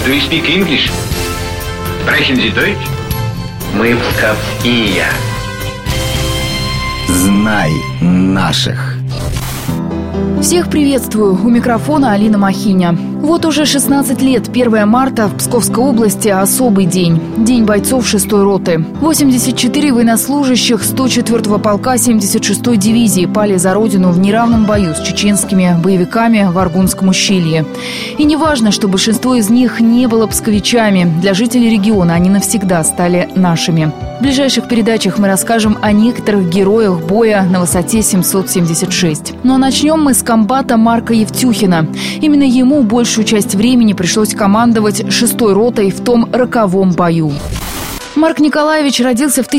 Do you speak English? Sprechen Sie Deutsch? Мы псковские. Знай наших. Всех приветствую. У микрофона Алина Махиня. Вот уже 16 лет, 1 марта в Псковской области особый день. День бойцов 6-й роты. 84 военнослужащих 104-го полка 76-й дивизии пали за родину в неравном бою с чеченскими боевиками в Аргунском ущелье. И не важно, что большинство из них не было псковичами. Для жителей региона они навсегда стали нашими. В ближайших передачах мы расскажем о некоторых героях боя на высоте 776. Но начнем мы с комбата Марка Евтюхина. Именно ему большую часть времени пришлось командовать 6-й ротой в том роковом бою. Марк Николаевич родился в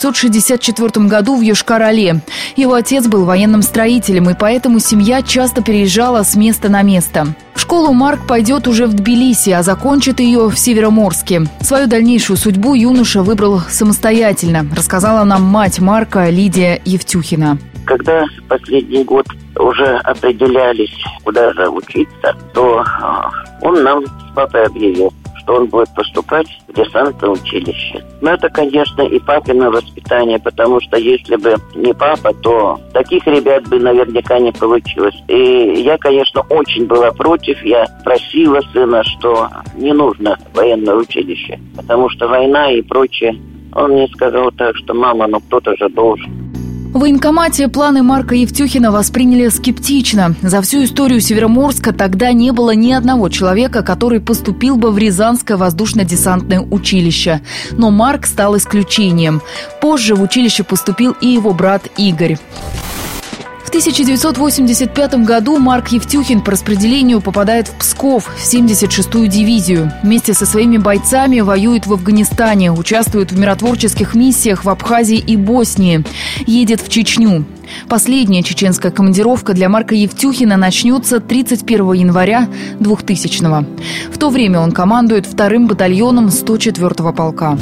1964 году в Йошкар-Оле. Его отец был военным строителем, и поэтому семья часто переезжала с места на место. В школу Марк пойдет уже в Тбилиси, а закончит ее в Североморске. Свою дальнейшую судьбу юноша выбрал самостоятельно, рассказала нам мать Марка Лидия Евтюхина. Когда последний год уже определялись, куда же учиться, то он нам с папой объявил, что он будет поступать в десантное училище. Но это, конечно, и папино воспитание, потому что если бы не папа, то таких ребят бы наверняка не получилось. И я, конечно, очень была против. Я просила сына, что не нужно военное училище, потому что война и прочее. Он мне сказал так, что мама, кто-то же должен. В военкомате планы Марка Евтюхина восприняли скептично. За всю историю Североморска тогда не было ни одного человека, который поступил бы в Рязанское воздушно-десантное училище. Но Марк стал исключением. Позже в училище поступил и его брат Игорь. В 1985 году Марк Евтюхин по распределению попадает в Псков, в 76-ю дивизию. Вместе со своими бойцами воюет в Афганистане, участвует в миротворческих миссиях в Абхазии и Боснии. Едет в Чечню. Последняя чеченская командировка для Марка Евтюхина начнется 31 января 2000-го. В то время он командует 2-м батальоном 104-го полка.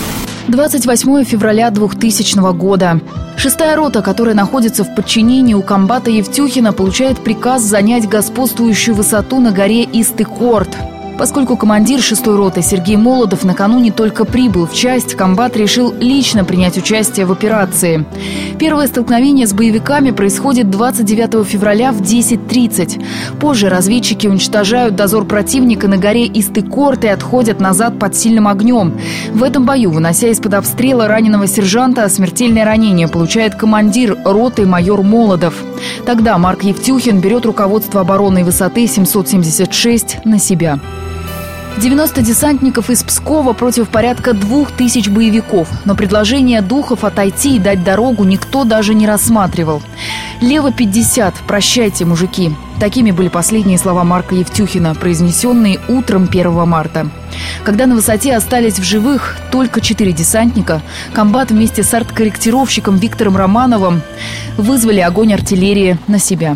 28 февраля 2000 года. 6-я рота, которая находится в подчинении у комбата Евтюхина, получает приказ занять господствующую высоту на горе Истыкорт. Поскольку командир 6-й роты Сергей Молодов накануне только прибыл в часть, комбат решил лично принять участие в операции. Первое столкновение с боевиками происходит 29 февраля в 10:30. Позже разведчики уничтожают дозор противника на горе Истыкорт и отходят назад под сильным огнем. В этом бою, вынося из-под обстрела раненого сержанта, смертельное ранение получает командир роты майор Молодов. Тогда Марк Евтюхин берет руководство оборонной высоты 776 на себя. 90 десантников из Пскова против порядка 2000 боевиков. Но предложение духов отойти и дать дорогу никто даже не рассматривал. «Лево 50, прощайте, мужики». Такими были последние слова Марка Евтюхина, произнесенные утром 1 марта. Когда на высоте остались в живых только 4 десантника, комбат вместе с арткорректировщиком Виктором Романовым вызвали огонь артиллерии на себя.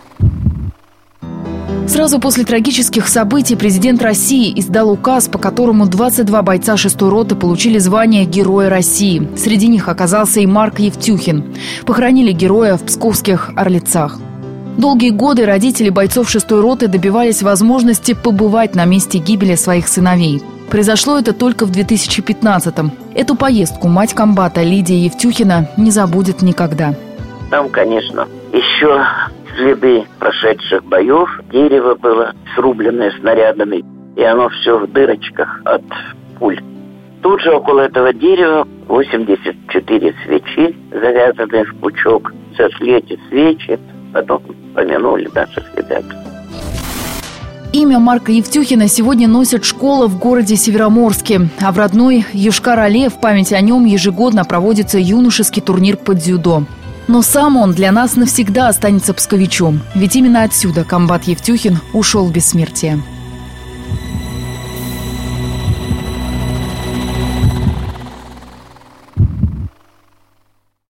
Сразу после трагических событий президент России издал указ, по которому 22 бойца 6-й роты получили звание Героя России. Среди них оказался и Марк Евтюхин. Похоронили героя в псковских Орлицах. Долгие годы родители бойцов 6-й роты добивались возможности побывать на месте гибели своих сыновей. Произошло это только в 2015-м. Эту поездку мать комбата Лидия Евтюхина не забудет никогда. Там, конечно, еще следы прошедших боев. Дерево было срубленное снарядами, и оно все в дырочках от пуль. Тут же около этого дерева 84 свечи, завязанные в пучок. Сошли эти свечи, потом помянули наших ребят. Имя Марка Евтюхина сегодня носит школа в городе Североморске. А в родной Йошкар-Оле в память о нем ежегодно проводится юношеский турнир по дзюдо. Но сам он для нас навсегда останется псковичом. Ведь именно отсюда комбат Евтюхин ушел в бессмертие.